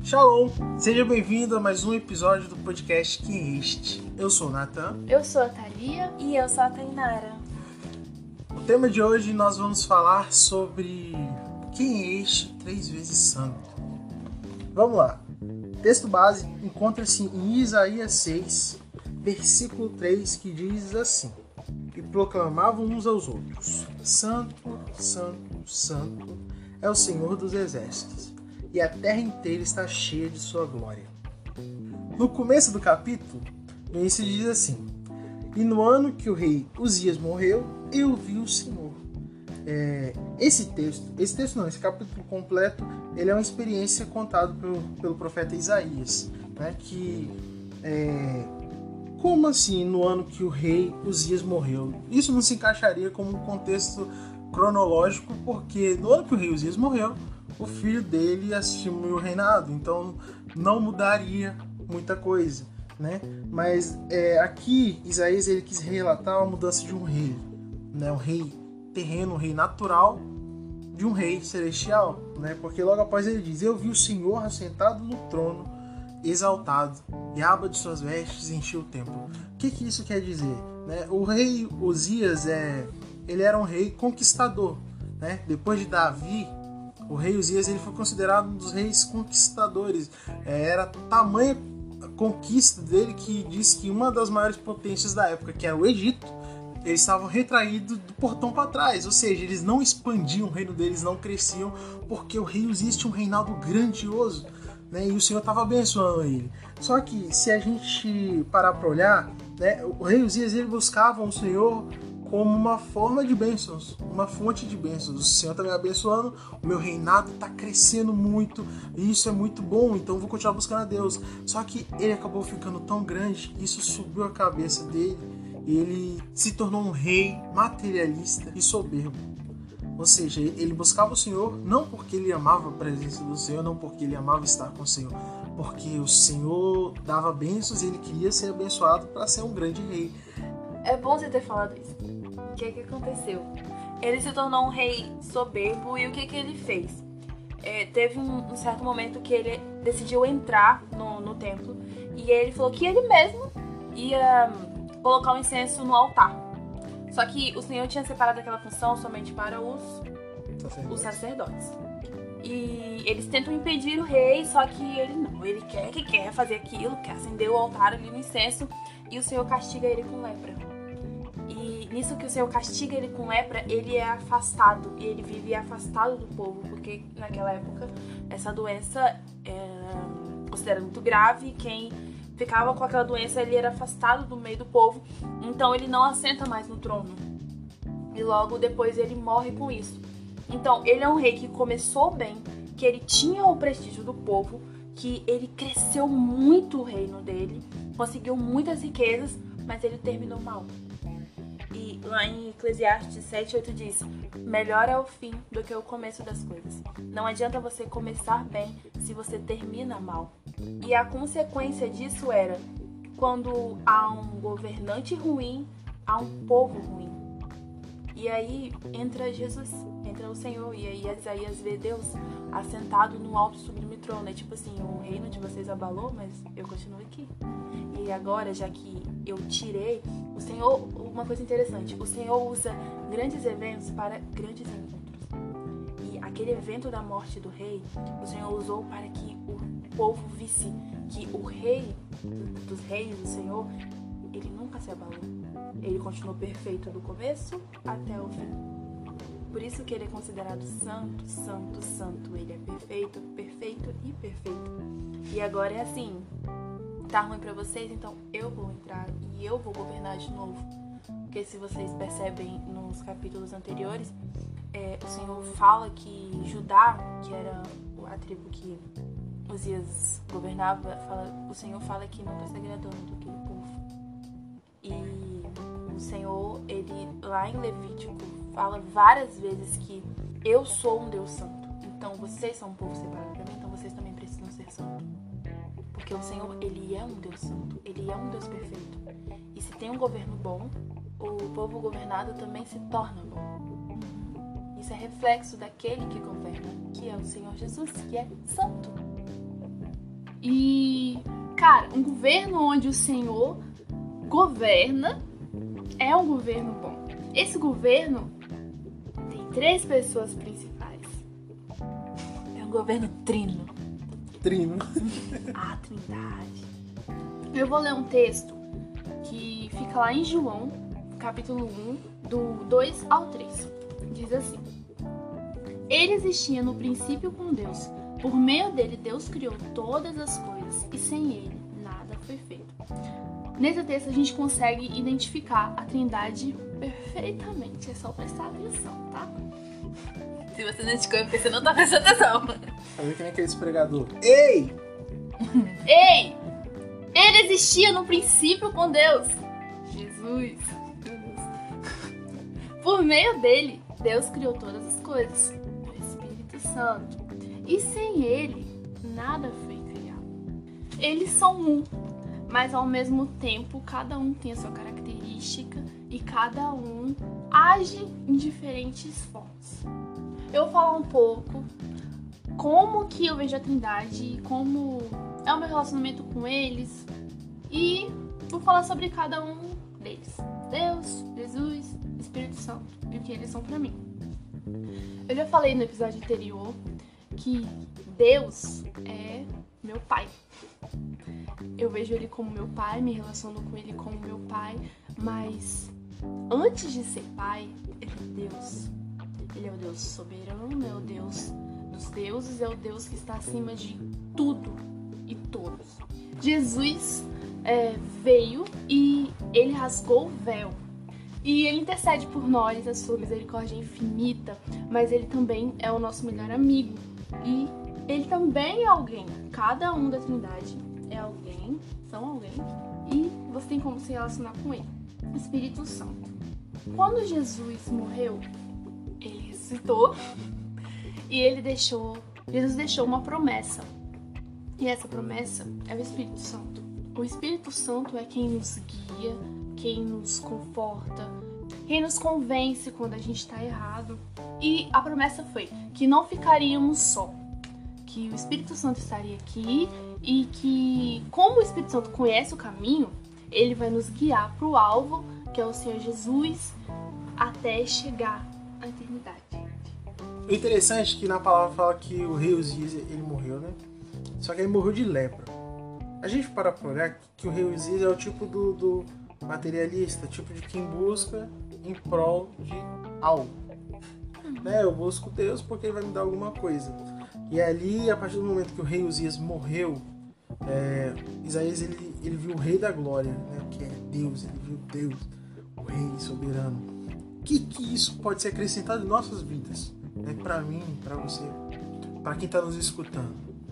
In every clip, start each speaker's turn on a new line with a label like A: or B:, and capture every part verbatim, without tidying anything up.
A: Shalom! Seja bem-vindo a mais um episódio do podcast Quem é Este? Eu sou o Nathan.
B: Eu sou a Thalia. E eu sou a Tainara.
A: O tema de hoje nós vamos falar sobre quem é este três vezes santo. Vamos lá. O texto base encontra-se em Isaías seis, versículo três, que diz assim: E proclamavam uns aos outros: Santo, Santo, Santo é o Senhor dos exércitos, e a terra inteira está cheia de sua glória. No começo do capítulo, no início diz assim: E no ano que o rei Uzias morreu, eu vi o Senhor. É, esse texto, esse texto não, esse capítulo completo, ele é uma experiência contada pelo, pelo profeta Isaías, né, que é, como assim no ano que o rei Uzias morreu? Isso não se encaixaria como um contexto cronológico, porque no ano que o rei Uzias morreu, o filho dele assumiu o reinado, então não mudaria muita coisa, né? Mas é, aqui Isaías ele quis relatar a mudança de um rei, né? Um rei terreno, um rei natural de um rei celestial, né? Porque logo após ele diz: Eu vi o Senhor assentado no trono, exaltado, e a aba de suas vestes encheu o templo. O que, que isso quer dizer, né? O rei Uzias é, ele era um rei conquistador, né? Depois de Davi, o rei Uzias ele foi considerado um dos reis conquistadores. É, era tamanha conquista dele que diz que uma das maiores potências da época, que era o Egito, eles estavam retraídos do portão para trás. Ou seja, eles não expandiam o reino deles, não cresciam, porque o rei Uzias tinha um reinado grandioso, né? E o Senhor estava abençoando ele. Só que se a gente parar para olhar, né, o rei Uzias ele buscava o Senhor como uma forma de bênçãos, uma fonte de bênçãos. O Senhor está me abençoando, o meu reinado está crescendo muito, e isso é muito bom, então eu vou continuar buscando a Deus. Só que ele acabou ficando tão grande, isso subiu a cabeça dele, e ele se tornou um rei materialista e soberbo. Ou seja, ele buscava o Senhor não porque ele amava a presença do Senhor, não porque ele amava estar com o Senhor, porque o Senhor dava bênçãos e ele queria ser abençoado para ser um grande rei.
B: É bom você ter falado isso. O que é que aconteceu? Ele se tornou um rei soberbo e o que, que ele fez? É, teve um, um certo momento que ele decidiu entrar no, no templo e ele falou que ele mesmo ia colocar um incenso no altar. Só que o Senhor tinha separado aquela função somente para os sacerdotes. os sacerdotes. E eles tentam impedir o rei, só que ele não. Ele quer que quer fazer aquilo, quer acender o altar ali no incenso, e o Senhor castiga ele com lepra. E nisso que o Senhor castiga ele com lepra, ele é afastado, e ele vive afastado do povo, porque naquela época essa doença era considerada muito grave, quem ficava com aquela doença ele era afastado do meio do povo, então ele não assenta mais no trono. E logo depois ele morre com isso. Então ele é um rei que começou bem, que ele tinha o prestígio do povo, que ele cresceu muito o reino dele, conseguiu muitas riquezas, mas ele terminou mal. E lá em Eclesiastes sete, oito diz: melhor é o fim do que o começo das coisas. Não adianta você começar bem se você termina mal. E a consequência disso era: quando há um governante ruim, há um povo ruim. E aí entra Jesus, entra o Senhor, e aí Isaías vê Deus assentado no alto sublime trono. É tipo assim: o reino de vocês abalou, mas eu continuo aqui. E agora, já que eu tirei, o Senhor, uma coisa interessante, o Senhor usa grandes eventos para grandes encontros. E aquele evento da morte do rei, o Senhor usou para que o povo visse que o rei dos reis, o Senhor, ele nunca se abalou. Ele continuou perfeito do começo até o fim. Por isso que ele é considerado santo, santo, santo. Ele é perfeito, perfeito e perfeito. E agora é assim: tá ruim pra vocês, então eu vou entrar e eu vou governar de novo. Porque se vocês percebem nos capítulos anteriores, é, o Senhor fala que Judá, que era a tribo que Uzias governava, fala, o Senhor fala que não está se agradando daquele povo. E o Senhor, ele lá em Levítico, fala várias vezes que eu sou um Deus santo. Então vocês são um povo separado pra mim, então vocês também precisam ser santos. Porque o Senhor, ele é um Deus santo, ele é um Deus perfeito. E se tem um governo bom, o povo governado também se torna bom. Isso é reflexo daquele que governa, que é o Senhor Jesus, que é santo.
C: E, cara, um governo onde o Senhor governa é um governo bom. Esse governo tem três pessoas principais.
B: É um governo trino.
A: Trino.
C: A Trindade. Eu vou ler um texto que fica lá em João, capítulo um, do dois ao três. Diz assim: Ele existia no princípio com Deus. Por meio dele, Deus criou todas as coisas e sem ele, nada foi feito. Nesse texto, a gente consegue identificar a Trindade perfeitamente. É só prestar atenção, tá?
B: Se você não identificou, é porque você não tá prestando atenção.
A: Sabe quem é aquele pregador? Ei!
C: Ei! Ele existia no princípio com Deus. Jesus. Por meio dele, Deus criou todas as coisas. O Espírito Santo. E sem ele, nada foi criado. Eles são um, mas ao mesmo tempo, cada um tem a sua característica e cada um age em diferentes formas. Eu vou falar um pouco como que eu vejo a Trindade, como é o meu relacionamento com eles, e vou falar sobre cada um deles. Deus, Jesus, Espírito Santo, e o que eles são pra mim. Eu já falei no episódio anterior que Deus é meu pai. Eu vejo ele como meu pai, me relaciono com ele como meu pai, mas antes de ser pai, ele é Deus. Ele é o Deus soberano, é o Deus dos deuses, é o Deus que está acima de tudo e todos. Jesus é, veio e ele rasgou o véu. E ele intercede por nós, a sua misericórdia é infinita, mas ele também é o nosso melhor amigo. E ele também é alguém. Cada um da Trindade é alguém, são alguém, e você tem como se relacionar com ele. Espírito Santo. Quando Jesus morreu, ele ressuscitou e ele deixou, Jesus deixou uma promessa. E essa promessa é o Espírito Santo. O Espírito Santo é quem nos guia, quem nos conforta, quem nos convence quando a gente está errado. E a promessa foi que não ficaríamos só, que o Espírito Santo estaria aqui e que, como o Espírito Santo conhece o caminho, ele vai nos guiar para o alvo, que é o Senhor Jesus, até chegar à eternidade.
A: O interessante é que na palavra fala que o rei Uzias, ele morreu, né? Só que ele morreu de lepra. A gente para pra olhar que o rei Uzias é o tipo do, do materialista, tipo de quem busca em prol de algo. Né? Eu busco Deus porque ele vai me dar alguma coisa. E ali, a partir do momento que o rei Uzias morreu, é, Isaías ele, ele viu o rei da glória, né? Que é Deus, ele viu Deus, o rei soberano. O que, que isso pode ser acrescentado em nossas vidas? Né? Para mim, para você, para quem está nos escutando.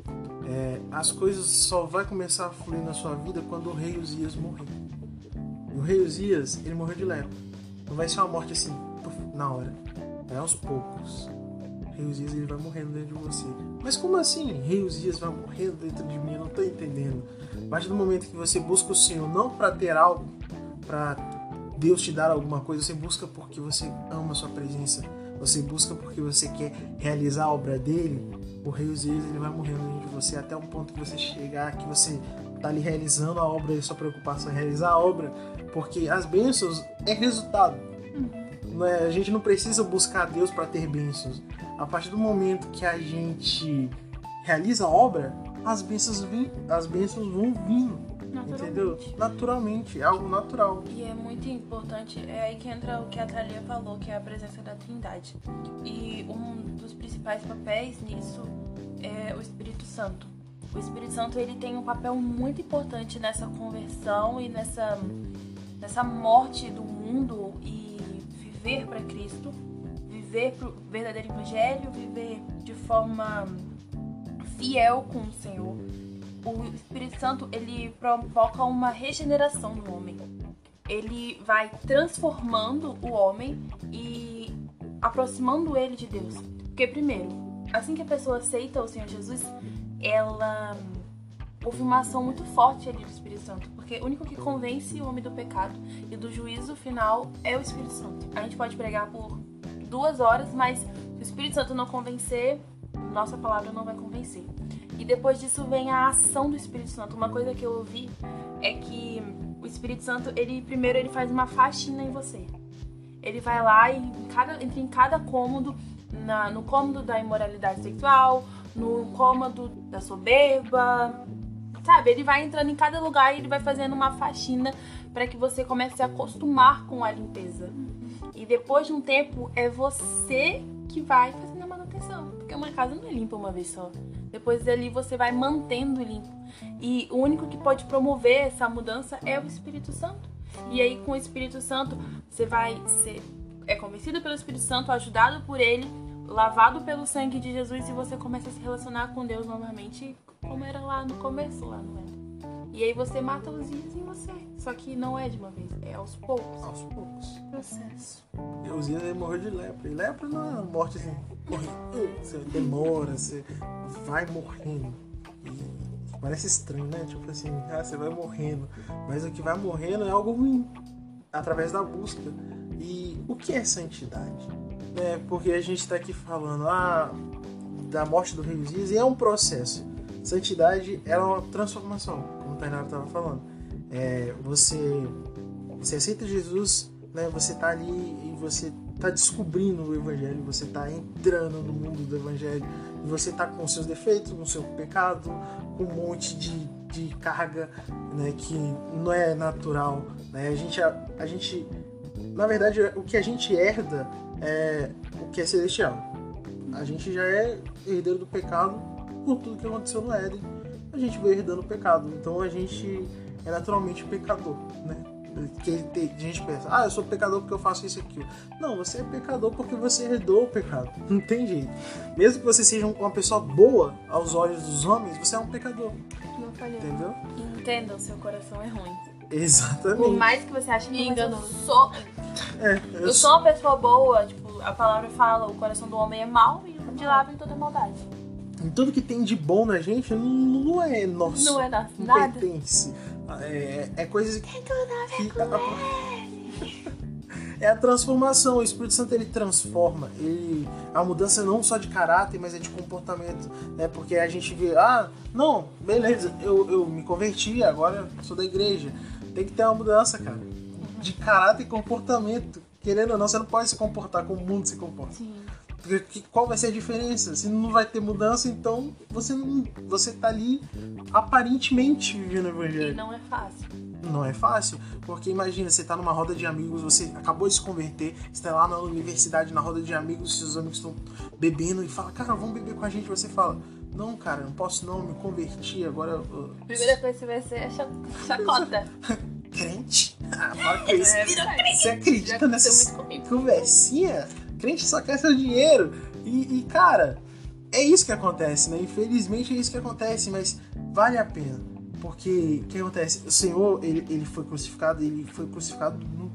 A: É, as coisas só vai começar a fluir na sua vida quando o rei Uzias morrer. E o rei Uzias, ele morreu de lepra. Não vai ser uma morte assim, na hora. É aos poucos. O rei Uzias, ele vai morrendo dentro de você. Mas como assim? Rei Uzias vai morrendo dentro de mim? Eu não estou entendendo. A partir do momento que você busca o Senhor, não para ter algo, para Deus te dar alguma coisa, você busca porque você ama a sua presença. Você busca porque você quer realizar a obra dele. O rei Uzias, ele vai morrendo dentro de você até um ponto que você chegar, que você está ali realizando a obra e sua preocupação é realizar a obra, porque as bênçãos é resultado. Não é, a gente não precisa buscar Deus para ter bênçãos. A partir do momento que a gente realiza a obra, as bênçãos, vêm, as bênçãos vão vindo. Entendeu? Naturalmente, é algo natural.
B: E é muito importante, é aí que entra o que a Thalia falou, que é a presença da Trindade. E um dos principais papéis nisso é o Espírito Santo. O Espírito Santo, ele tem um papel muito importante nessa conversão e nessa, nessa morte do mundo e viver para Cristo, viver para o verdadeiro evangelho, viver de forma fiel com o Senhor. O Espírito Santo, ele provoca uma regeneração no homem. Ele vai transformando o homem e aproximando ele de Deus. Porque, primeiro, assim que a pessoa aceita o Senhor Jesus, ela houve uma ação muito forte ali do Espírito Santo. Porque o único que convence o homem do pecado e do juízo final é o Espírito Santo. A gente pode pregar por duas horas, mas se o Espírito Santo não convencer, nossa palavra não vai convencer. E depois disso vem a ação do Espírito Santo. Uma coisa que eu ouvi é que o Espírito Santo, ele primeiro ele faz uma faxina em você. Ele vai lá e em cada, entra em cada cômodo, na, no cômodo da imoralidade sexual, no cômodo da soberba, sabe? Ele vai entrando em cada lugar e ele vai fazendo uma faxina para que você comece a acostumar com a limpeza. E depois de um tempo, é você que vai fazendo a manutenção. Porque uma casa não é limpa uma vez só. Depois dali você vai mantendo limpo. E o único que pode promover essa mudança é o Espírito Santo. E aí com o Espírito Santo você vai ser é convencido pelo Espírito Santo, ajudado por ele, lavado pelo sangue de Jesus, e você começa a se relacionar com Deus novamente como era lá no começo, lá no Éden. E aí você mata os dias em você. Só que não é de uma vez, é aos poucos.
A: Aos poucos.
C: Processo.
A: E os dias ele morreu de lepra. E lepra não é uma morte assim, morre, você demora, você vai morrendo. E parece estranho, né? Tipo assim, ah, você vai morrendo. Mas o que vai morrendo é algo ruim, através da busca. E o que é santidade? É, porque a gente está aqui falando ah, da morte do rei Uzias, e é um processo. Santidade é uma transformação, como o Tainara estava falando. É, você, você aceita Jesus, né? Você está ali e você está descobrindo o Evangelho, você está entrando no mundo do Evangelho, e você está com seus defeitos, com seu pecado, com um monte de, de carga, né, que não é natural. Né? A gente, a, a gente, na verdade, o que a gente herda é o que é celestial. A gente já é herdeiro do pecado por tudo que aconteceu no Éden. A gente veio herdando o pecado. Então a gente é naturalmente pecador, né? Que a gente pensa, ah, eu sou pecador porque eu faço isso e aquilo. Não, você é pecador porque você herdou o pecado. Não tem jeito. Mesmo que você seja uma pessoa boa aos olhos dos homens, você é um pecador.
B: Não falhou.
A: Entendeu?
B: Entenda, o seu coração é ruim.
A: Exatamente.
B: Por mais que você ache que
C: Me enganou.
B: eu sou...
A: É, eu,
B: Eu sou uma pessoa boa, tipo, a palavra fala, o coração do homem é mau e de lá vem toda a maldade.
A: Em tudo que tem de bom na gente não, não é nosso.
B: Não é nosso,
A: Não
B: nada.
A: pertence. É, é coisa que... que é a transformação. O Espírito Santo, ele transforma. Ele, a mudança não só de caráter, mas é de comportamento. Né? Porque a gente vê, ah, não, beleza, eu, eu me converti, agora sou da igreja. Tem que ter uma mudança, cara. De caráter e comportamento. Querendo ou não, você não pode se comportar como o mundo se comporta.
B: Sim.
A: Porque qual vai ser a diferença? Se não vai ter mudança, então você, não, você tá ali aparentemente vivendo o Evangelho.
B: E não é fácil.
A: Não é fácil, porque imagina, você tá numa roda de amigos, você acabou de se converter, você tá lá na universidade, na roda de amigos, seus amigos estão bebendo e fala, cara, vamos beber com a gente. Você fala, não, cara, não posso não, me converti, agora... Eu...
B: Primeira coisa que você vai ser é chacota.
A: Crente? Ah, para com isso.
B: É verdade.
A: Você acredita
C: Já
A: nessa
C: aconteceu muito comigo.
A: conversinha? Crente só quer seu dinheiro. E, e, cara, é isso que acontece, né? Infelizmente é isso que acontece, mas vale a pena. Porque o que acontece? O Senhor, ele, ele foi crucificado, ele foi crucificado no...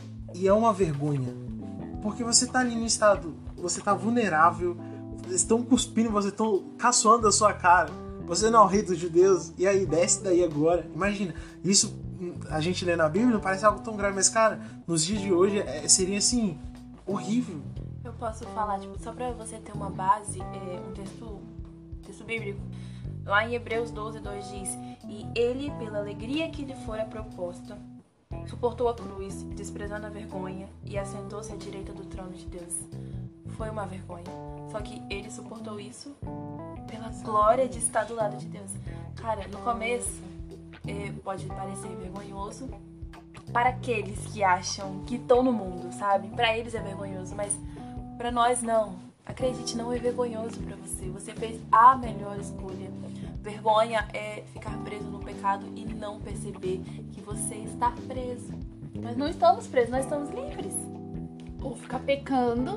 A: e é uma vergonha. Porque você tá ali no estado, você tá vulnerável, eles estão cuspindo, você estão caçoando a sua cara. Você não é o rei dos judeus, e aí desce daí agora. Imagina, isso a gente lê na Bíblia, não parece algo tão grave, mas cara, nos dias de hoje é, seria assim, horrível.
B: Eu posso falar, tipo, só pra você ter uma base, é, um texto, texto bíblico. Lá em Hebreus doze, dois diz, e ele, pela alegria que lhe fora proposta, suportou a cruz, desprezando a vergonha, e assentou-se à direita do trono de Deus. Foi uma vergonha. Só que ele suportou isso pela glória de estar do lado de Deus. Cara, no começo, é, pode parecer vergonhoso para aqueles que acham que estão no mundo, sabe? Para eles é vergonhoso, mas para nós não. Acredite, não é vergonhoso para você. Você fez a melhor escolha. Vergonha é ficar preso no pecado e não perceber que você está preso. Nós não estamos presos, nós estamos livres.
C: Ou ficar pecando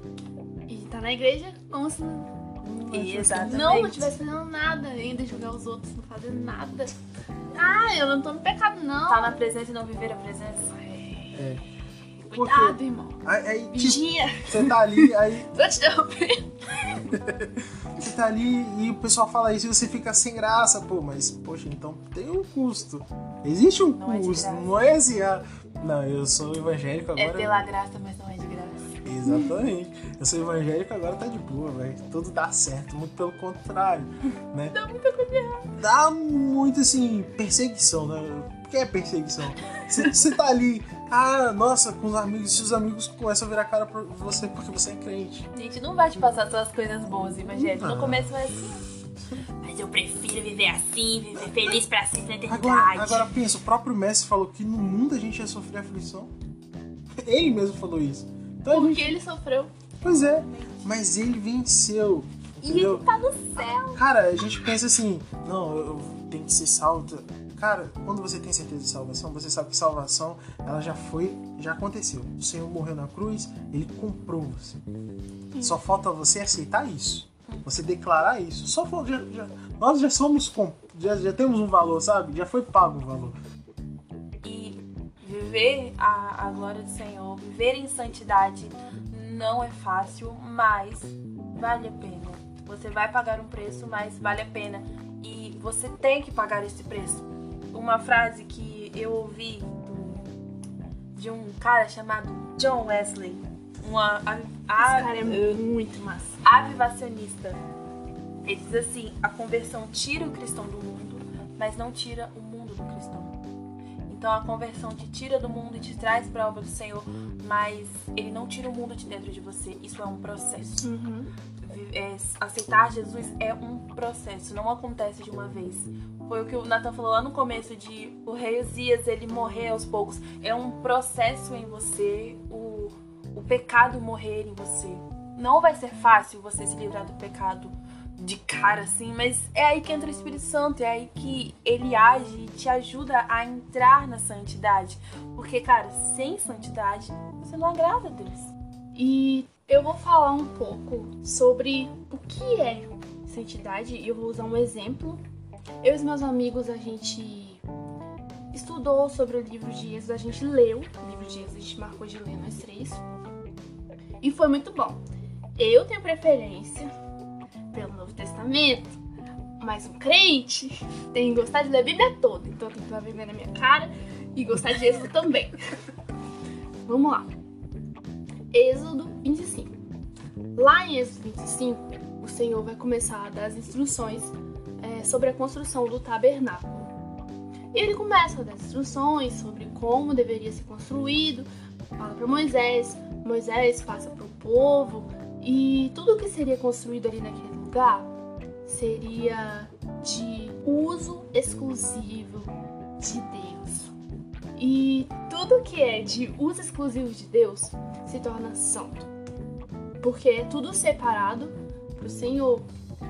C: e tá na igreja como se
B: Exatamente.
C: não, não estivesse fazendo nada, ainda julgar os outros não fazendo nada. Ah, eu não tô no pecado, não.
B: Tá na presença e não viver a presença.
A: É.
C: Cuidado,
A: Porque,
C: irmão.
A: aí, aí, tipo,
C: Vigia.
A: você tá ali, aí
C: Tô te interrompendo.
A: você tá ali e o pessoal fala isso e você fica sem graça, pô, mas, poxa, então tem um custo. Existe um
B: Não é de
A: custo,
B: graça.
A: não é assim, ah, não, eu sou evangélico agora.
B: É pela graça, mas não é de graça.
A: Exatamente. Eu sou evangélico, agora tá de boa, velho. Tudo dá certo, muito pelo contrário, né?
C: Dá muita coisa errada.
A: Dá muito, assim, perseguição, né? O que é perseguição? Você tá ali, ah, nossa, com os amigos, seus amigos começam a virar cara pra você porque você é crente.
B: Gente, não vai te passar só as coisas boas, evangélico.
A: Não.
B: No começo vai assim. Mas eu prefiro viver assim, viver feliz pra sempre na eternidade.
A: Agora, agora pensa, o próprio Messi falou que no mundo a gente ia sofrer aflição. Ele mesmo falou isso. Então, a
C: Porque
A: gente...
C: ele sofreu.
A: Pois é, mas ele venceu.
C: E
A: Entendeu?
C: ele tá no céu.
A: Cara, a gente pensa assim, não, eu eu tenho que ser salvo. Cara, quando você tem certeza de salvação, você sabe que salvação, ela já foi, já aconteceu. O Senhor morreu na cruz, ele comprou você. Só falta você aceitar isso. Você declarar isso. Só falta, já, já, nós já somos, com, já, já temos um valor, sabe? Já foi pago o valor.
B: E viver a, a glória do Senhor, viver em santidade não é fácil, mas vale a pena. Você vai pagar um preço, mas vale a pena. E você tem que pagar esse preço. Uma frase que eu ouvi do, de um cara chamado John Wesley, uma a,
C: Esse
B: a,
C: cara é muito massa.
B: avivacionista. Ele diz assim: a conversão tira o cristão do mundo, mas não tira o mundo do cristão. Então a conversão te tira do mundo e te traz para a obra do Senhor, mas ele não tira o mundo de dentro de você. Isso é um processo.
C: Uhum.
B: É, aceitar Jesus é um processo, não acontece de uma vez. Foi o que o Nathan falou lá no começo, de o rei Uzias, ele morrer aos poucos. É um processo em você, o, o pecado morrer em você. Não vai ser fácil você se livrar do pecado de cara assim, mas é aí que entra o Espírito Santo, é aí que ele age e te ajuda a entrar na santidade. Porque, cara, sem santidade, você não agrada a Deus.
C: E eu vou falar um pouco sobre o que é santidade e eu vou usar um exemplo. Eu e os meus amigos, a gente estudou sobre o livro de Êxodo, a gente leu o livro de Êxodo, a gente marcou de ler nós três. E foi muito bom. Eu tenho preferência pelo Novo Testamento, mas um crente tem que gostar de ler a Bíblia toda. Então eu tenho que estar vergonha na minha cara e gostar de Êxodo também. Vamos lá. Êxodo vinte e cinco. Lá em Êxodo vinte e cinco, o Senhor vai começar a dar as instruções é, sobre a construção do tabernáculo. E ele começa a dar instruções sobre como deveria ser construído, fala para Moisés, Moisés passa para o povo, e tudo que seria construído ali naquele lugar seria de uso exclusivo de Deus. E tudo que é de uso exclusivo de Deus se torna santo, porque é tudo separado para o Senhor.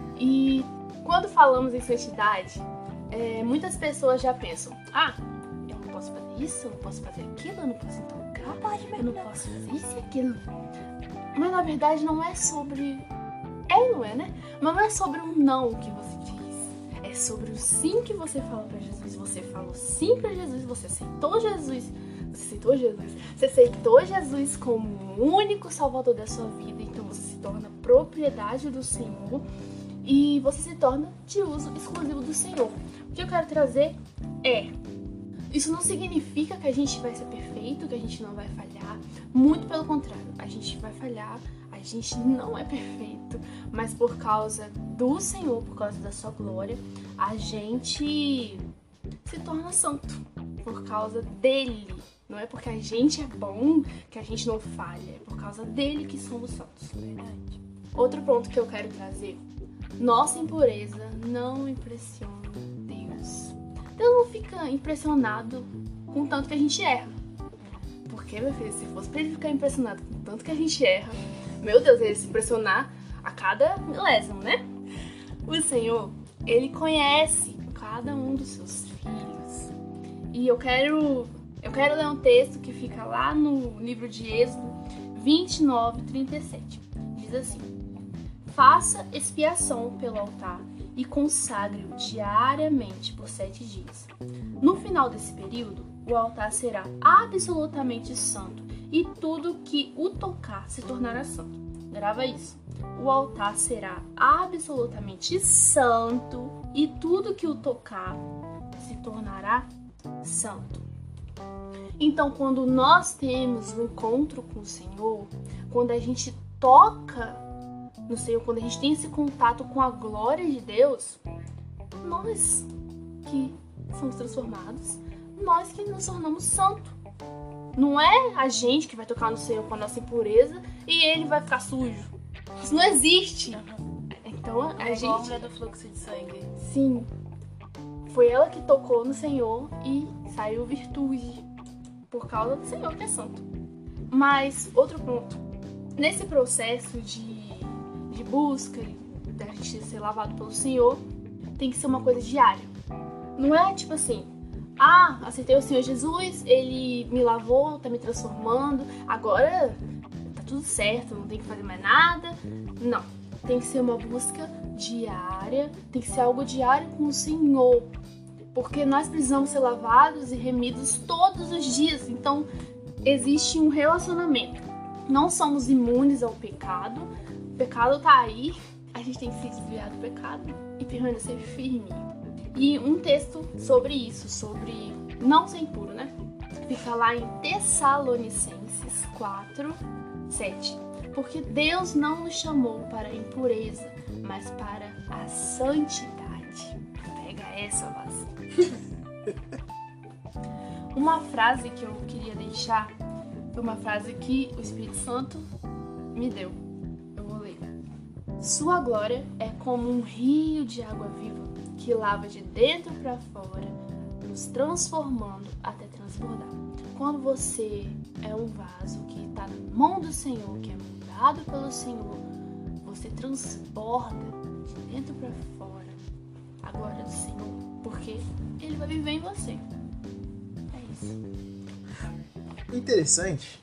C: E quando falamos em santidade, é, muitas pessoas já pensam: ah, eu não posso fazer isso, eu não posso fazer aquilo, eu não posso tocar, eu não posso fazer isso e aquilo. Mas na verdade não é sobre... É e não é, né? Mas não é sobre um não que você diz. É sobre o sim que você fala pra Jesus. Você falou sim pra Jesus, você aceitou Jesus. Você aceitou Jesus. Você aceitou Jesus como o único salvador da sua vida. Então você se torna propriedade do Senhor. E você se torna de uso exclusivo do Senhor. O que eu quero trazer é... Isso não significa que a gente vai ser perfeito, que a gente não vai falhar. Muito pelo contrário, a gente vai falhar, a gente não é perfeito. Mas por causa do Senhor, por causa da sua glória, a gente se torna santo. Por causa dele. Não é porque a gente é bom que a gente não falha. É por causa dele que somos santos. Verdade. Outro ponto que eu quero trazer. Nossa impureza não impressiona Deus. Deus não fica impressionado com o tanto que a gente erra. Porque, meu filho, se fosse pra ele ficar impressionado com o tanto que a gente erra, meu Deus, ele ia se impressionar a cada milésimo, né? O Senhor, ele conhece cada um dos seus filhos. E eu quero, eu quero ler um texto que fica lá no livro de Êxodo vinte e nove, trinta e sete. Diz assim: faça expiação pelo altar e consagre-o diariamente por sete dias. No final desse período, o altar será absolutamente santo e tudo que o tocar se tornará santo. Grava isso. O altar será absolutamente santo e tudo que o tocar se tornará santo. Então, quando nós temos um encontro com o Senhor, quando a gente toca no Senhor, quando a gente tem esse contato com a glória de Deus, nós que somos transformados, nós que nos tornamos santos. Não é a gente que vai tocar no Senhor com a nossa impureza e ele vai ficar sujo. Isso não existe. Então, a
B: É igual a
C: gente...
B: mulher do fluxo de sangue.
C: Sim. Foi ela que tocou no Senhor e saiu virtude por causa do Senhor que é santo. Mas, outro ponto. Nesse processo de, de busca, da gente ser lavado pelo Senhor, tem que ser uma coisa diária. Não é tipo assim, ah, aceitei o Senhor Jesus, ele me lavou, tá me transformando, agora tá tudo certo, não tem que fazer mais nada. Não. Tem que ser uma busca diária, tem que ser algo diário com o Senhor. Porque nós precisamos ser lavados e remidos todos os dias. Então, existe um relacionamento. Não somos imunes ao pecado. O pecado tá aí. A gente tem que se desviar do pecado e permanecer firme. E um texto sobre isso, sobre não ser impuro, né? Fica lá em Tessalonicenses quatro, sete. Porque Deus não nos chamou para a impureza, mas para a santidade. Pega essa, Vaz. Uma frase que eu queria deixar foi uma frase que o Espírito Santo me deu. Eu vou ler. Sua glória é como um rio de água viva que lava de dentro para fora, nos transformando até transbordar. Quando você é um vaso que está na mão do Senhor, que é moldado pelo Senhor, você transborda de dentro para fora a glória do Senhor, porque Ele vai viver em você. É isso.
A: O interessante,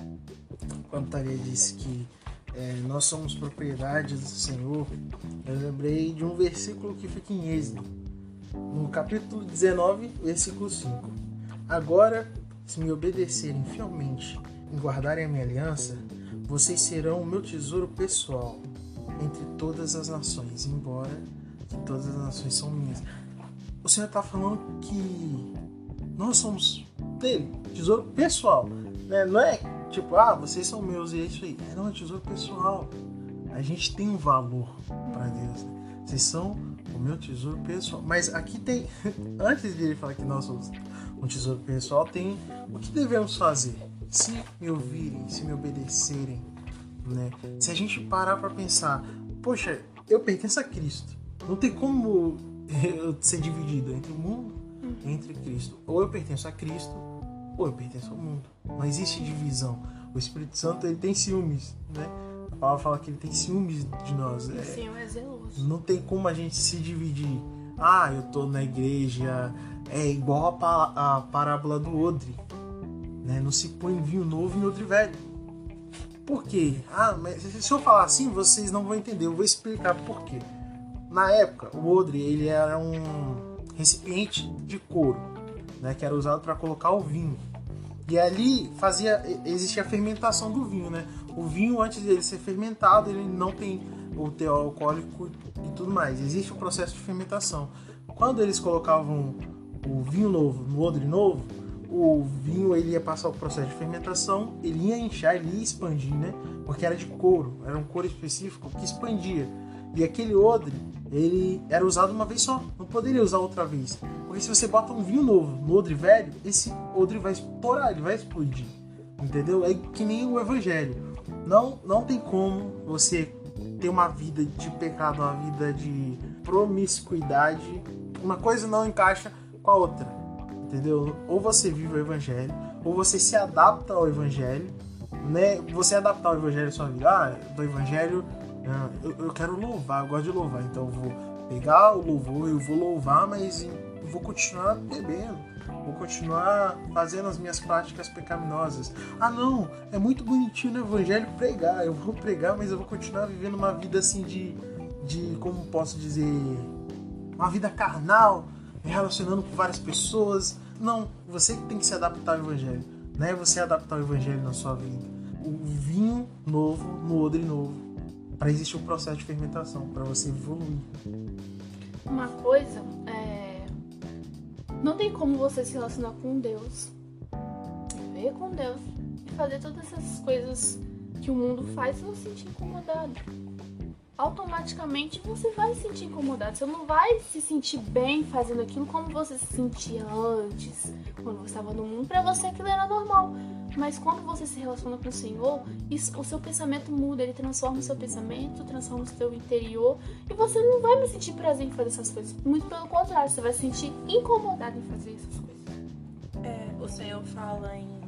A: quando Thalia disse que é, nós somos propriedade do Senhor, eu lembrei de um versículo que fica em Êxodo, no capítulo dezenove, versículo cinco. Agora, se me obedecerem fielmente e guardarem a minha aliança, vocês serão o meu tesouro pessoal entre todas as nações, embora que todas as nações são minhas. O Senhor está falando que nós somos dele, tesouro pessoal, né? Não é tipo, ah, vocês são meus e é isso aí. É, não, é tesouro pessoal. A gente tem um valor para Deus, né? Vocês são o meu tesouro pessoal. Mas aqui tem, antes de ele falar que nós somos um tesouro pessoal, tem o que devemos fazer. Se me ouvirem, se me obedecerem, né? Se a gente parar para pensar, poxa, eu pertenço a Cristo. Não tem como eu ser dividido entre o mundo e entre Cristo. Ou eu pertenço a Cristo, ou eu pertenço ao mundo. Não existe divisão. O Espírito Santo, ele tem ciúmes, né? A palavra fala que ele tem ciúmes de nós.
C: O Senhor é zeloso.
A: Não tem como a gente se dividir. Ah, eu tô na igreja. É igual a, pa- a parábola do odre, né? Não se põe vinho novo em odre velho. Por quê? Ah, mas se eu falar assim, vocês não vão entender. Eu vou explicar por quê. Na época, o odre, ele era um recipiente de couro, né, que era usado para colocar o vinho. E ali fazia, existia a fermentação do vinho, né? O vinho, antes dele ser fermentado, ele não tem o teor alcoólico e tudo mais. Existe um processo de fermentação. Quando eles colocavam o vinho novo no odre novo, o vinho ele ia passar o processo de fermentação, ele ia inchar, ele ia expandir, né? Porque era de couro, era um couro específico que expandia. E aquele odre, ele era usado uma vez só, não poderia usar outra vez. Porque se você bota um vinho novo no odre velho, esse odre vai estourar, ele vai explodir. Entendeu? É que nem o evangelho. Não, não tem como você ter uma vida de pecado, uma vida de promiscuidade. Uma coisa não encaixa com a outra. Entendeu? Ou você vive o evangelho, ou você se adapta ao evangelho, né? Você adaptar o evangelho à sua vida. Ah, do evangelho, eu, eu quero louvar, eu gosto de louvar, então eu vou pegar o louvor, eu vou louvar, mas eu vou continuar bebendo, vou continuar fazendo as minhas práticas pecaminosas. Ah não, é muito bonitinho no evangelho pregar, eu vou pregar, mas eu vou continuar vivendo uma vida assim de, de como posso dizer, uma vida carnal, me relacionando com várias pessoas. Não, você que tem que se adaptar ao evangelho, né? Você adaptar o evangelho na sua vida. O vinho novo no odre novo, para existir um processo de fermentação, para você evoluir.
C: Uma coisa é... Não tem como você se relacionar com Deus viver com Deus e fazer todas essas coisas que o mundo faz e não se sentir incomodado. Automaticamente você vai se sentir incomodado. Você não vai se sentir bem fazendo aquilo como você se sentia antes, quando você estava no mundo. Pra você aquilo era normal. Mas quando você se relaciona com o Senhor, isso, o seu pensamento muda. Ele transforma o seu pensamento, transforma o seu interior. E você não vai mais sentir prazer em fazer essas coisas. Muito pelo contrário, você vai se sentir incomodado em fazer essas coisas.
B: É, o Senhor fala em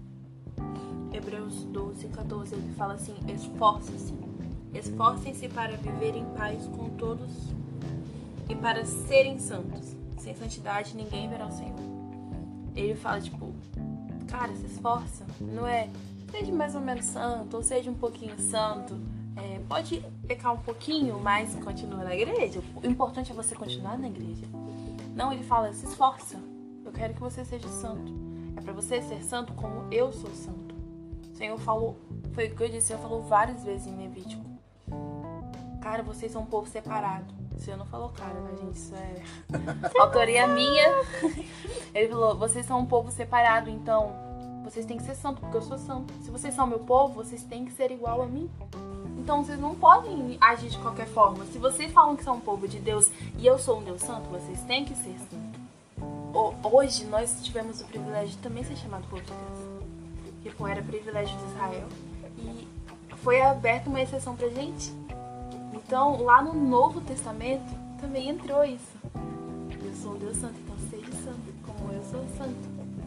B: Hebreus doze, catorze. Ele fala assim: esforce-se. Esforcem-se para viver em paz com todos e para serem santos. Sem santidade ninguém verá o Senhor. Ele fala, tipo, cara, se esforça. Não é, seja mais ou menos santo, ou seja um pouquinho santo. É, pode pecar um pouquinho, mas continua na igreja. O importante é você continuar na igreja. Não, ele fala, se esforça. Eu quero que você seja santo. É para você ser santo como eu sou santo. O Senhor falou, foi o que eu disse, eu falou várias vezes em Levítico. Cara, vocês são um povo separado. O Senhor não falou cara, né, gente? Isso é autoria minha. Ele falou, vocês são um povo separado, então vocês têm que ser santo, porque eu sou santo. Se vocês são meu povo, vocês têm que ser igual a mim. Então vocês não podem agir de qualquer forma. Se vocês falam que são um povo de Deus e eu sou um Deus santo, vocês têm que ser santo. Hoje nós tivemos o privilégio de também ser chamado povo de Deus. Tipo, era privilégio de Israel. E foi aberta uma exceção pra gente. Então, lá no Novo Testamento, também entrou isso. Eu sou um Deus santo, então seja santo, como eu sou santo.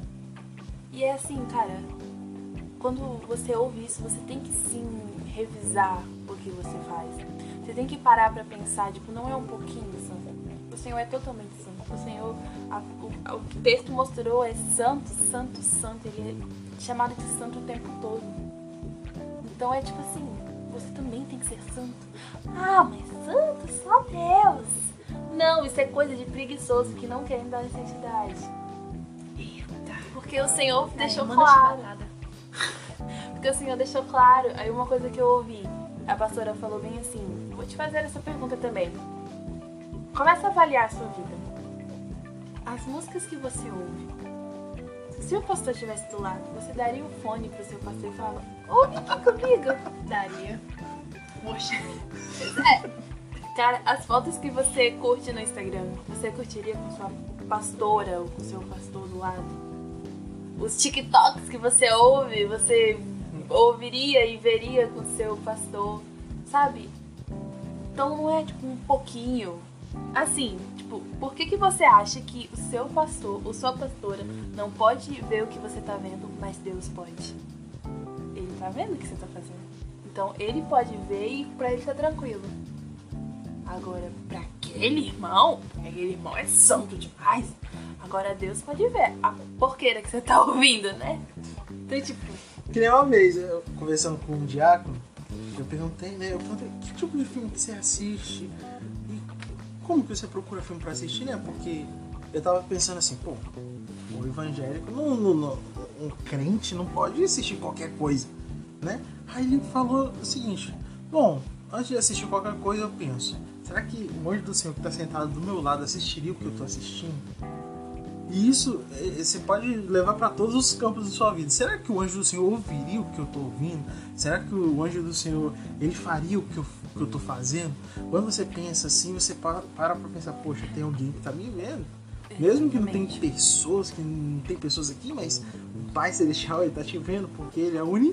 B: E é assim, cara, quando você ouve isso, você tem que sim revisar o que você faz. Você tem que parar pra pensar, tipo, não é um pouquinho santo. O Senhor é totalmente santo. O Senhor, a, o, o que o texto mostrou é santo, santo, santo. Ele é chamado de santo o tempo todo. Então é tipo assim, você também tem que ser santo. Ah, mas santo só Deus. Não, isso é coisa de preguiçoso que não querem dar santidade. Eita. Porque o Senhor deixou claro. Porque o Senhor deixou claro. Aí uma coisa que eu ouvi, a pastora falou bem assim, vou te fazer essa pergunta também. Começa a avaliar a sua vida. As músicas que você ouve, se o pastor estivesse do lado, você daria o fone pro seu pastor e falava, ouve aqui comigo?
C: Daria.
B: Poxa. É. Cara, as fotos que você curte no Instagram, você curtiria com sua pastora ou com seu pastor do lado? Os TikToks que você ouve, você ouviria e veria com seu pastor, sabe? Então não é tipo um pouquinho. Assim, tipo, por que que você acha que o seu pastor ou sua pastora não pode ver o que você tá vendo, mas Deus pode? Ele tá vendo o que você tá fazendo. Então ele pode ver e pra ele tá tranquilo. Agora, pra aquele irmão, aquele irmão é santo demais. Agora Deus pode ver a porqueira que você tá ouvindo, né? Então, tipo...
A: Que nem uma vez, eu conversando com um diácono, eu perguntei, né? Eu perguntei, que tipo de filme que você assiste? E como que você procura filme pra assistir, né? Porque eu tava pensando assim, pô, o evangélico, não, não, não, um crente não pode assistir qualquer coisa, né? Aí ele falou o seguinte, bom, antes de assistir qualquer coisa eu penso, será que o anjo do Senhor que está sentado do meu lado assistiria o que eu estou assistindo? E isso você pode levar para todos os campos da sua vida. Será que o anjo do Senhor ouviria o que eu estou ouvindo? Será que o anjo do Senhor ele faria o que eu que eu estou fazendo? Quando você pensa assim, você para para pensar, poxa, tem alguém que está me vendo. Mesmo que não tem pessoas, que não tem pessoas aqui, mas o Pai Celestial ele está te vendo porque ele é uni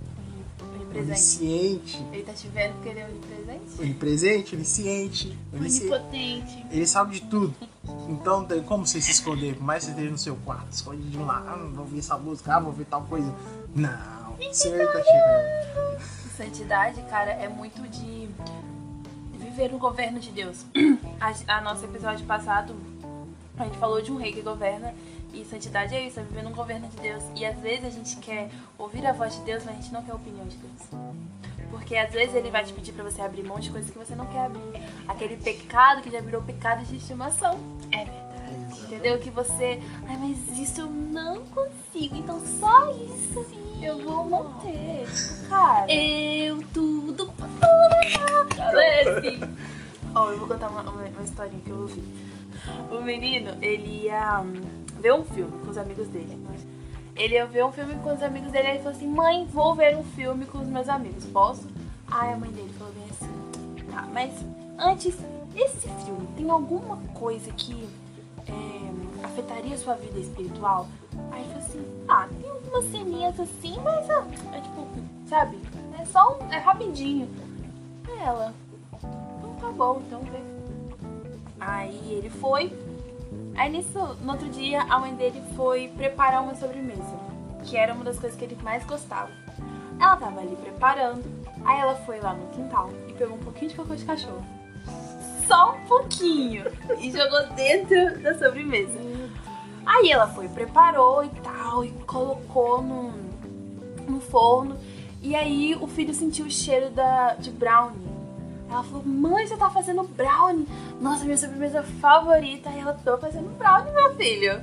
A: onisciente.
B: Ele tá te vendo porque ele é onipresente?
A: Onipresente, onisciente,
C: onipotente.
A: Ele sabe de tudo. Então tem como você se esconder, por mais que você esteja no seu quarto, esconde de um lado, ah, não vou ouvir essa música, ah, vou ouvir tal coisa. Não, o Senhor tá chegando.
B: Santidade, cara, é muito de viver no governo de Deus. A, a nosso episódio passado, a gente falou de um rei que governa. E santidade é isso, é viver no governo de Deus. E às vezes a gente quer ouvir a voz de Deus, mas a gente não quer a opinião de Deus. Porque às vezes ele vai te pedir pra você abrir mão de coisas que você não quer abrir. Aquele pecado que já virou pecado de estimação.
C: É verdade.
B: Entendeu? Que você... Ai, mas isso eu não consigo, então só isso eu vou manter. Tipo, cara...
C: Eu tudo
B: Lesse. Ó, eu vou contar uma, uma, uma historinha que eu ouvi. O menino, ele ia... ver um filme com os amigos dele. Ele ia ver um filme com os amigos dele, aí ele falou assim, mãe, vou ver um filme com os meus amigos, posso? Aí a mãe dele falou bem assim, tá, mas antes, esse filme tem alguma coisa que é, afetaria a sua vida espiritual? Aí ele falou assim, ah, tem algumas ceninhas assim, mas ah, é tipo, sabe, é só um, é rapidinho. Aí ela, então tá bom, então vê. Aí ele foi. Aí nisso, no outro dia, a mãe dele foi preparar uma sobremesa, que era uma das coisas que ele mais gostava. Ela tava ali preparando, aí ela foi lá no quintal e pegou um pouquinho de cocô de cachorro. Só um pouquinho. E jogou dentro da sobremesa. Aí ela foi, preparou e tal, e colocou no, no forno. E aí o filho sentiu o cheiro da, de brownie. Ela falou, mãe, você tá fazendo brownie? Nossa, minha sobremesa favorita. Aí ela, tô fazendo brownie, meu filho.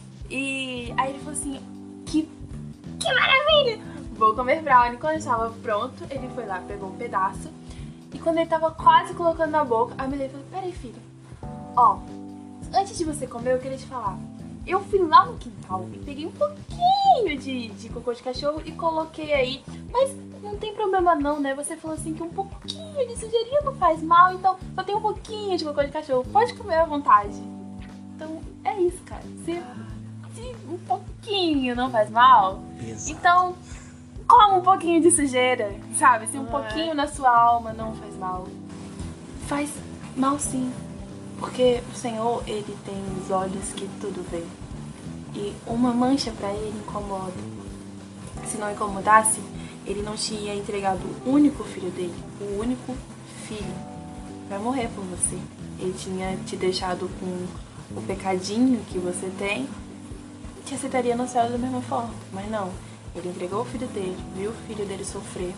B: E aí ele falou assim, que, que maravilha! Vou comer brownie. Quando estava pronto, ele foi lá, pegou um pedaço. E quando ele tava quase colocando na boca, a mulher falou, peraí, filho. Ó, antes de você comer, eu queria te falar. Eu fui lá no quintal e peguei um pouquinho de, de cocô de cachorro e coloquei aí. Mas não tem problema não, né? Você falou assim que um pouquinho de sujeirinha não faz mal, então só tem um pouquinho de cocô de cachorro. Pode comer à vontade. Então é isso, cara. Se, se um pouquinho não faz mal, Exato. Então come um pouquinho de sujeira, sabe? Se um não pouquinho é. na sua alma não faz mal. Faz mal sim. Porque o Senhor, ele tem os olhos que tudo vê. E uma mancha pra ele incomoda. Se não incomodasse, ele não tinha entregado o único filho dele, o único filho, pra morrer por você. Ele tinha te deixado com o pecadinho que você tem, te aceitaria no céu da mesma forma. Mas não, ele entregou o filho dele, viu o filho dele sofrer.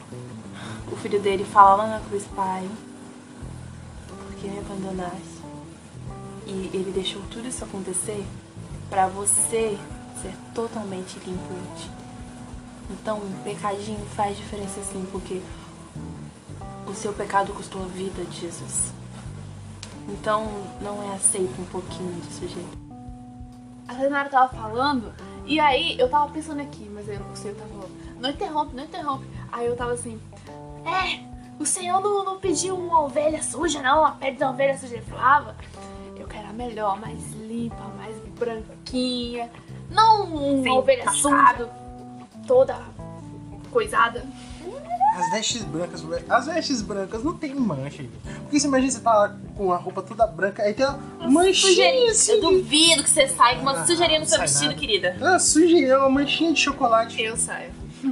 B: O filho dele fala lá na cruz, pai, por que me abandonaste? E ele deixou tudo isso acontecer pra você ser totalmente limpo hoje. Então, um pecadinho faz diferença sim, porque o seu pecado custou a vida de Jesus. Então, não é aceito um pouquinho de sujeira.
C: A Renata tava falando, e aí eu tava pensando aqui, mas eu não sei, eu tava falando, não interrompe, não interrompe. Aí eu tava assim, é, o Senhor não, não pediu uma ovelha suja, não, a pele da ovelha suja. Ele falava, eu quero a melhor, mais limpa, mais branquinha, não uma Sim, ovelha
B: passado.
C: suja, toda coisada.
A: As vestes brancas, as vestes brancas não tem mancha. Porque você imagina você tá lá com a roupa toda branca, aí tem uma manchinha assim.
B: Eu duvido que você saia com uma ah, sujeirinha no seu vestido, nada. Querida.
A: Ah, sujeirinha, uma manchinha de chocolate.
C: Eu saio.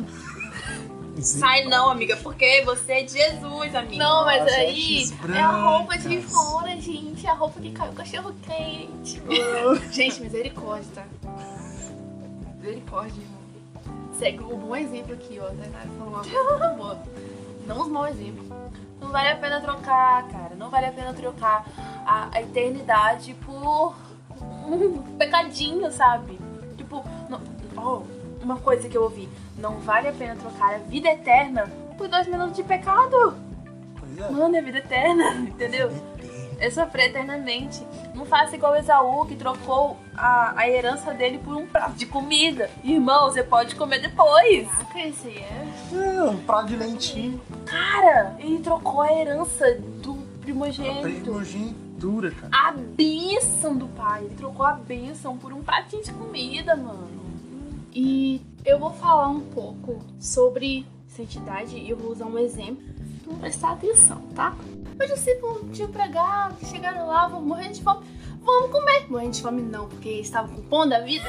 B: Sim. Sai não, amiga, porque você é de Jesus, amiga.
C: Não, mas aí é a roupa de fora, gente. É a roupa que caiu o cachorro quente. Gente, misericórdia, tá? Misericórdia, irmão. Segue o bom exemplo aqui, ó. Tá? Falou uma coisa muito boa. Não os maus exemplos.
B: Não vale a pena trocar, cara. Não vale a pena trocar a, a eternidade por um pecadinho, sabe? Tipo, não, oh, uma coisa que eu ouvi. Não vale a pena trocar a vida eterna por dois minutos de pecado.
A: Pois é.
B: Mano, é vida eterna, entendeu? É sofrer eternamente. Não faça igual o Esaú, que trocou a, a herança dele por um prato de comida. Irmão, você pode comer depois.
C: Caraca, esse é...
A: é um prato de lentilha.
B: Cara, ele trocou a herança do primogênito.
A: A primogenitura, cara.
B: A bênção do pai. Ele trocou a bênção por um pratinho de comida, mano.
C: E eu vou falar um pouco sobre santidade e eu vou usar um exemplo. Vamos prestar atenção, tá? Os discípulos tinham pregado, que chegaram lá, vão morrer de fome. Vamos comer. Morrer de fome não, porque eles estavam com pão da vida.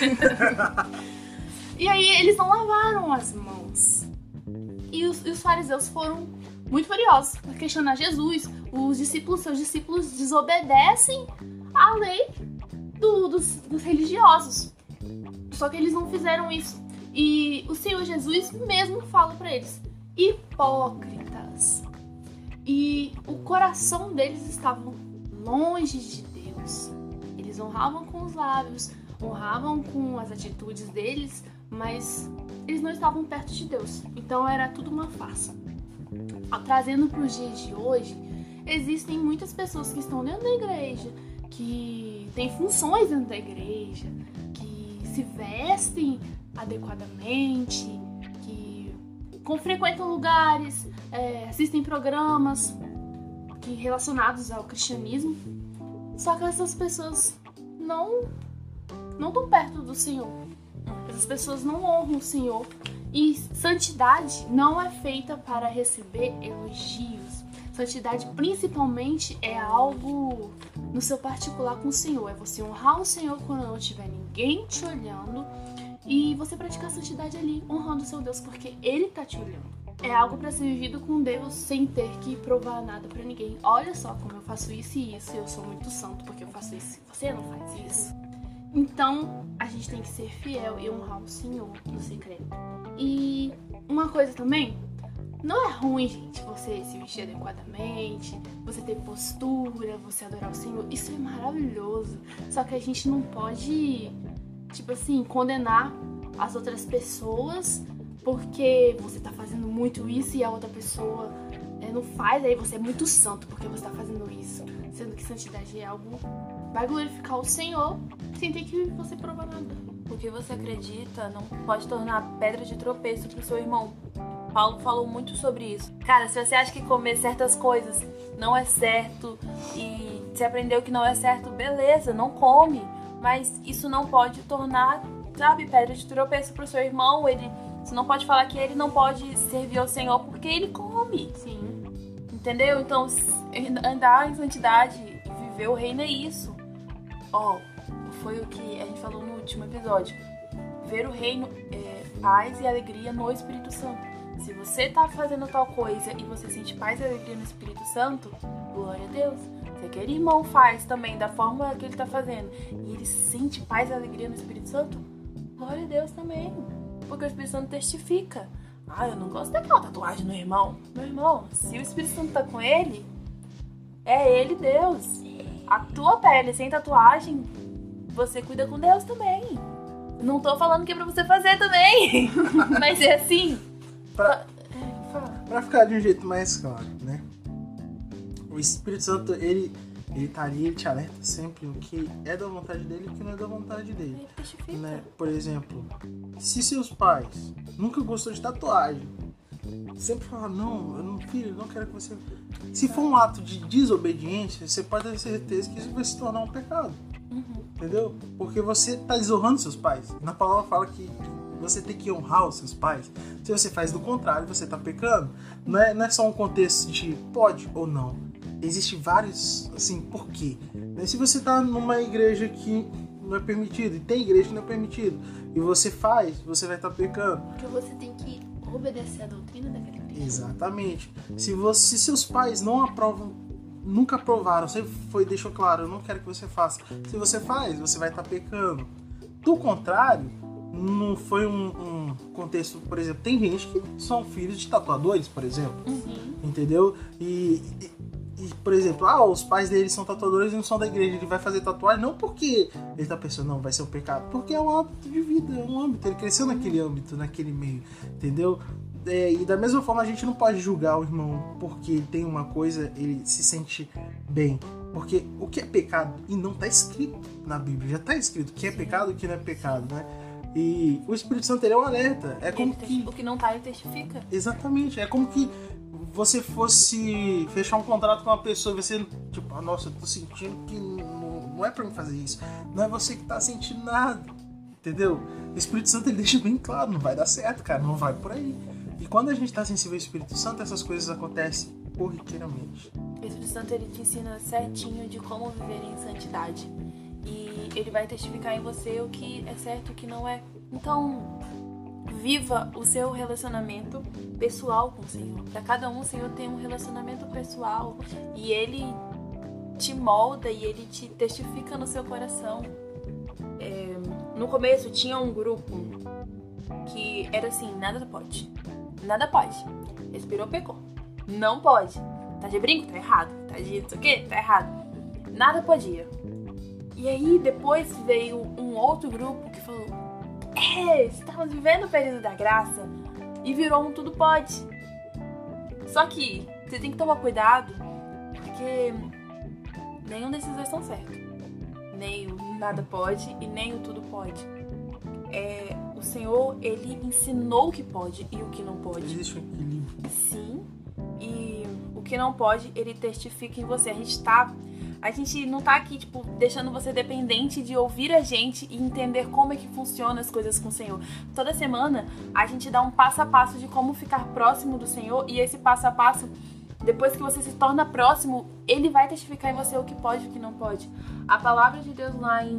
C: E aí eles não lavaram as mãos. E os, e os fariseus foram muito furiosos por questionar Jesus. Os discípulos, seus discípulos desobedecem à lei do, dos, dos religiosos. Só que eles não fizeram isso. E o Senhor Jesus mesmo fala pra eles, hipócritas. E o coração deles estava longe de Deus. Eles honravam com os lábios, honravam com as atitudes deles, mas eles não estavam perto de Deus. Então era tudo uma farsa. Trazendo para os dias de hoje, existem muitas pessoas que estão dentro da igreja, que têm funções dentro da igreja, que se vestem adequadamente, que com, frequentam lugares, é, assistem programas que, relacionados ao cristianismo. Só que essas pessoas não não estão perto do Senhor. Essas pessoas não honram o Senhor. E santidade não é feita para receber elogios. Santidade, principalmente, é algo no seu particular com o Senhor. É você honrar o Senhor quando não tiver ninguém te olhando e você praticar a santidade ali, honrando o seu Deus, porque Ele tá te olhando. É algo para ser vivido com Deus sem ter que provar nada para ninguém. Olha só como eu faço isso e isso, e eu sou muito santo porque eu faço isso. Você não faz isso. Então, a gente tem que ser fiel e honrar o Senhor no secreto. E uma coisa também, não é ruim, gente, você se vestir adequadamente, você ter postura, você adorar o Senhor. Isso é maravilhoso. Só que a gente não pode, tipo assim, condenar as outras pessoas porque você tá fazendo muito isso e a outra pessoa é, não faz, aí você é muito santo porque você tá fazendo isso. Sendo que santidade é algo que vai glorificar o Senhor sem ter que você provar nada.
B: O que você acredita não pode tornar pedra de tropeço pro seu irmão. Paulo falou muito sobre isso. Cara, se você acha que comer certas coisas não é certo e você aprendeu que não é certo, beleza, não come. Mas isso não pode tornar, sabe, pedra de tropeço pro seu irmão. Ele, você não pode falar que ele não pode servir ao Senhor porque ele come.
C: Sim.
B: Entendeu? Então, andar em santidade e viver o reino é isso. Ó, oh, foi o que a gente falou no último episódio. Ver o reino é paz e alegria no Espírito Santo. Se você tá fazendo tal coisa e você sente paz e alegria no Espírito Santo, glória a Deus. Se aquele irmão faz também da forma que ele tá fazendo e ele sente paz e alegria no Espírito Santo, glória a Deus também. Porque o Espírito Santo testifica. Ah, eu não gosto daquela tatuagem no irmão. Meu irmão, se o Espírito Santo tá com ele, é ele Deus. A tua pele sem tatuagem, você cuida com Deus também. Não tô falando que é pra você fazer também. Mas é assim.
A: Pra, pra ficar de um jeito mais claro, né? O Espírito Santo, ele, ele tá ali, ele te alerta sempre o que é da vontade dele e o que não é da vontade dele.
B: Ele testifica.
A: Né? Por exemplo, se seus pais nunca gostou de tatuagem, sempre falam, não, eu não, filho, eu não quero que você... Se for um ato de desobediência, você pode ter certeza que isso vai se tornar um pecado.
B: Uhum.
A: Entendeu? Porque você tá desonrando seus pais. Na palavra fala que você tem que honrar os seus pais. Se você faz do contrário, você tá pecando. Não é, não é só um contexto de pode ou não. Existem vários, assim, por quê? Se você tá numa igreja que não é permitido, e tem igreja que não é permitido, e você faz, você vai estar tá pecando.
C: Porque você tem que obedecer a doutrina daquela igreja.
A: Exatamente. Se, você, se seus pais não aprovam, nunca aprovaram, sempre foi, deixou claro, eu não quero que você faça. Se você faz, você vai estar tá pecando. Do contrário, não foi um, um contexto, por exemplo, tem gente que são filhos de tatuadores, por exemplo.
C: Uhum.
A: Entendeu? E, e, e, por exemplo, ah, os pais dele são tatuadores e não são da igreja, ele vai fazer tatuagem não porque ele tá pensando, não, vai ser um pecado, porque é um hábito de vida, é um âmbito, ele cresceu naquele âmbito, naquele meio, entendeu? É, e da mesma forma a gente não pode julgar o irmão porque ele tem uma coisa, ele se sente bem. Porque o que é pecado, e não está escrito na Bíblia, já está escrito o que é pecado e o que não é pecado, né? E o Espírito Santo, ele é um alerta. É como que...
B: O que não tá, ele testifica.
A: Exatamente, é como que você fosse fechar um contrato com uma pessoa e você, tipo, ah, nossa, eu tô sentindo que não, não é pra mim fazer isso. Não é você que tá sentindo nada, entendeu? O Espírito Santo, ele deixa bem claro, não vai dar certo, cara, não vai por aí. E quando a gente tá sensível ao Espírito Santo, essas coisas acontecem corriqueiramente.
B: O Espírito Santo, ele te ensina certinho de como viver em santidade. E ele vai testificar em você o que é certo e o que não é. Então, viva o seu relacionamento pessoal com o Senhor. Para cada um, o Senhor tem um relacionamento pessoal. E Ele te molda e Ele te testifica no seu coração. É, no começo, tinha um grupo que era assim, nada pode. Nada pode. Respirou, pecou. Não pode. Tá de brinco? Tá errado. Tá de não sei o quê? Tá errado. Nada podia. E aí, depois veio um outro grupo que falou: é, estamos vivendo o período da graça, e virou um tudo pode. Só que você tem que tomar cuidado, porque nenhum desses dois estão certos. Nem o nada pode e nem o tudo pode. é, o Senhor, ele ensinou o que pode e o que não pode.
A: Existe um equilíbrio.
B: Sim, e o que não pode, ele testifica em você. A gente tá... A gente não tá aqui, tipo, deixando você dependente de ouvir a gente e entender como é que funcionam as coisas com o Senhor. Toda semana, a gente dá um passo a passo de como ficar próximo do Senhor, e esse passo a passo, depois que você se torna próximo, ele vai testificar em você o que pode e o que não pode. A palavra de Deus lá em,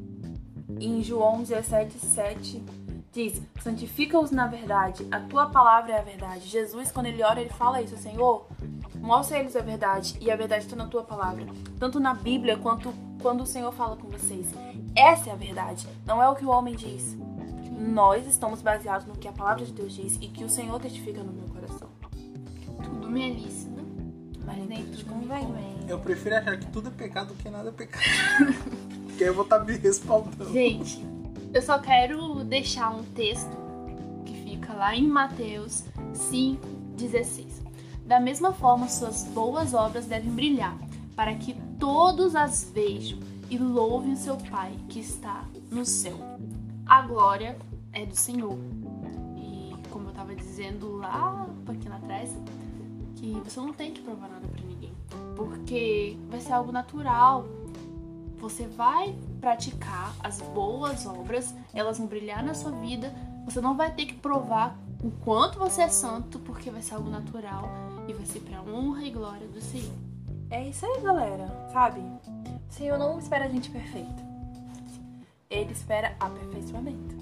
B: em João dezessete, sete diz: santifica-os na verdade, a tua palavra é a verdade. Jesus, quando ele ora, ele fala isso: Senhor, mostra a eles a verdade, e a verdade está na tua palavra. Tanto na Bíblia, quanto quando o Senhor fala com vocês. Essa é a verdade, não é o que o homem diz. Nós estamos baseados no que a palavra de Deus diz e que o Senhor testifica no meu coração.
C: Tudo me é lícito,
B: Mas nem tudo convém.
A: Eu prefiro achar que tudo é pecado do que nada é pecado. Porque eu vou estar me respaldando.
C: Gente, eu só quero deixar um texto que fica lá em Mateus cinco, dezesseis. Da mesma forma, suas boas obras devem brilhar, para que todos as vejam e louvem o seu Pai que está no céu. A glória é do Senhor. E como eu estava dizendo lá um pouquinho atrás, que você não tem que provar nada para ninguém, porque vai ser algo natural. Você vai praticar as boas obras, elas vão brilhar na sua vida, você não vai ter que provar o quanto você é santo, porque vai ser algo natural e vai ser pra honra e glória do Senhor.
B: É isso aí, galera, sabe? O Senhor não espera a gente perfeita. Ele espera aperfeiçoamento.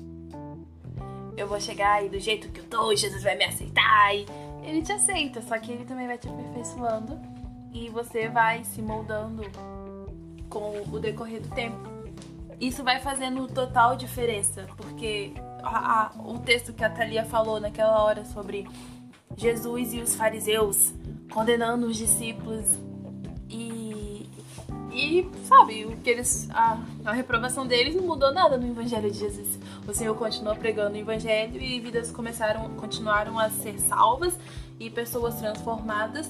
B: Eu vou chegar aí do jeito que eu tô, Jesus vai me aceitar, e ele te aceita, só que ele também vai te aperfeiçoando e você vai se moldando com o decorrer do tempo. Isso vai fazendo total diferença, porque a, a, o texto que a Thalia falou naquela hora sobre Jesus e os fariseus condenando os discípulos e, e sabe, o que eles, a, a reprovação deles não mudou nada no Evangelho de Jesus. O Senhor continuou pregando o Evangelho e vidas começaram, continuaram a ser salvas e pessoas transformadas,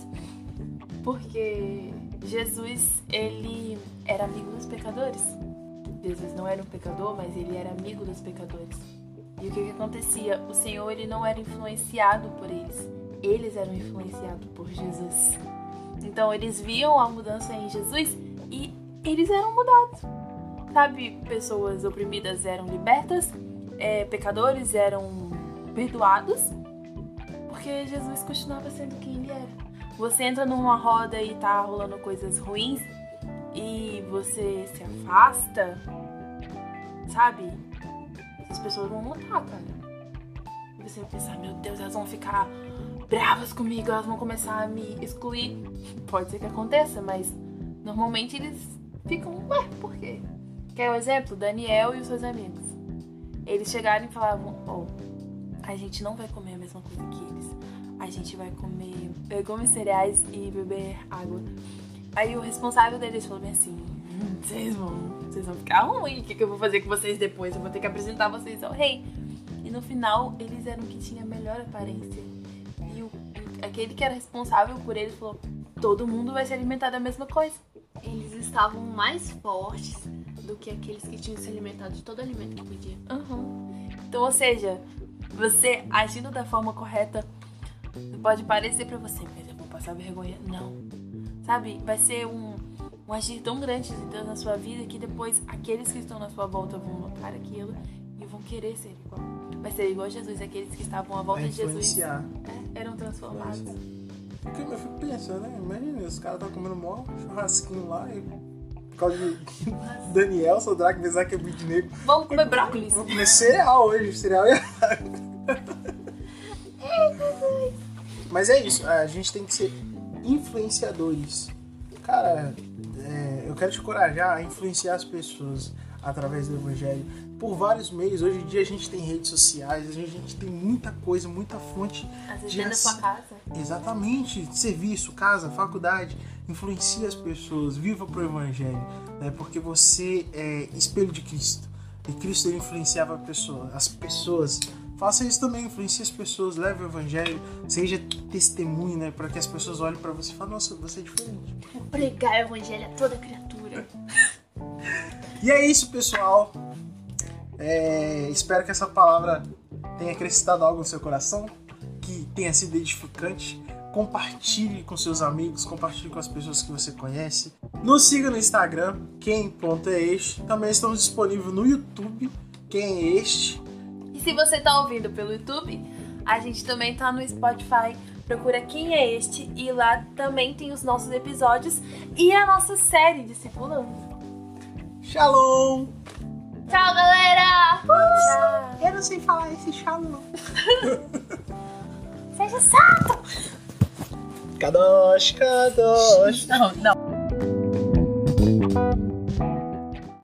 B: porque Jesus, ele era amigo dos pecadores. Jesus não era um pecador, mas ele era amigo dos pecadores. E o que, que acontecia? O Senhor, ele não era influenciado por eles. Eles eram influenciados por Jesus. Então, eles viam a mudança em Jesus e eles eram mudados. Sabe, pessoas oprimidas eram libertas, é, pecadores eram perdoados, porque Jesus continuava sendo quem ele era. Você entra numa roda e tá rolando coisas ruins e você se afasta, sabe? As pessoas vão notar, cara. E você vai pensar, meu Deus, elas vão ficar bravas comigo, elas vão começar a me excluir. Pode ser que aconteça, mas normalmente eles ficam, ué, por quê? Quer um exemplo? Daniel e os seus amigos. Eles chegaram e falavam, ó, oh, a gente não vai comer a mesma coisa que eles. A gente vai comer legumes, cereais e beber água. Aí o responsável deles falou bem assim, hum, vocês vão, vocês vão ficar ruim, o que, que eu vou fazer com vocês depois? Eu vou ter que apresentar vocês ao rei. E no final, eles eram que tinha a melhor aparência. E o, aquele que era responsável por eles falou, todo mundo vai se alimentar da mesma coisa.
C: Eles estavam mais fortes do que aqueles que tinham se alimentado de todo alimento que podia.
B: Uhum. Então, ou seja, você agindo da forma correta, pode parecer pra você, mas eu vou passar vergonha. Não. Sabe? Vai ser um, um agir tão grande de Deus na sua vida que depois aqueles que estão na sua volta vão notar aquilo e vão querer ser igual. Vai ser igual a Jesus, aqueles que estavam à volta de Jesus é, eram transformados.
A: Porque eu fico pensando, né? Imagina, os caras estão comendo mó churrasquinho lá e por causa de Daniel, Sadraque, Mesaque e Abednego.
B: Vamos comer brócolis.
A: Vamos comer cereal hoje, cereal e Mas é isso, a gente tem que ser influenciadores. Cara, é, eu quero te encorajar a influenciar as pessoas através do Evangelho por vários meios. Hoje em dia a gente tem redes sociais, a gente tem muita coisa, muita fonte.
B: Às vezes
A: de
B: dentro da sua casa.
A: Exatamente, serviço, casa, faculdade. Influencia as pessoas, viva pro Evangelho, né? Porque você é espelho de Cristo. E Cristo, ele influenciava a pessoa, as pessoas. Faça isso também, influencie as pessoas, leve o Evangelho, seja testemunho, né? Para que as pessoas olhem para você e falem, nossa, você é diferente.
C: Pregar o Evangelho a toda criatura.
A: E é isso, pessoal. É, espero que essa palavra tenha acrescentado algo no seu coração, que tenha sido edificante. Compartilhe com seus amigos, compartilhe com as pessoas que você conhece. Nos siga no Instagram, quem ponto é este. Também estamos disponíveis no YouTube, quem é este.
B: E se você tá ouvindo pelo YouTube, a gente também tá no Spotify. Procura Quem é Este e lá também tem os nossos episódios e a nossa série Discipulando.
A: Shalom!
C: Tchau, galera!
B: Tchau!
A: Eu não sei falar esse shalom.
B: Seja santo!
A: Kadosh, Kadosh.
B: Não, não.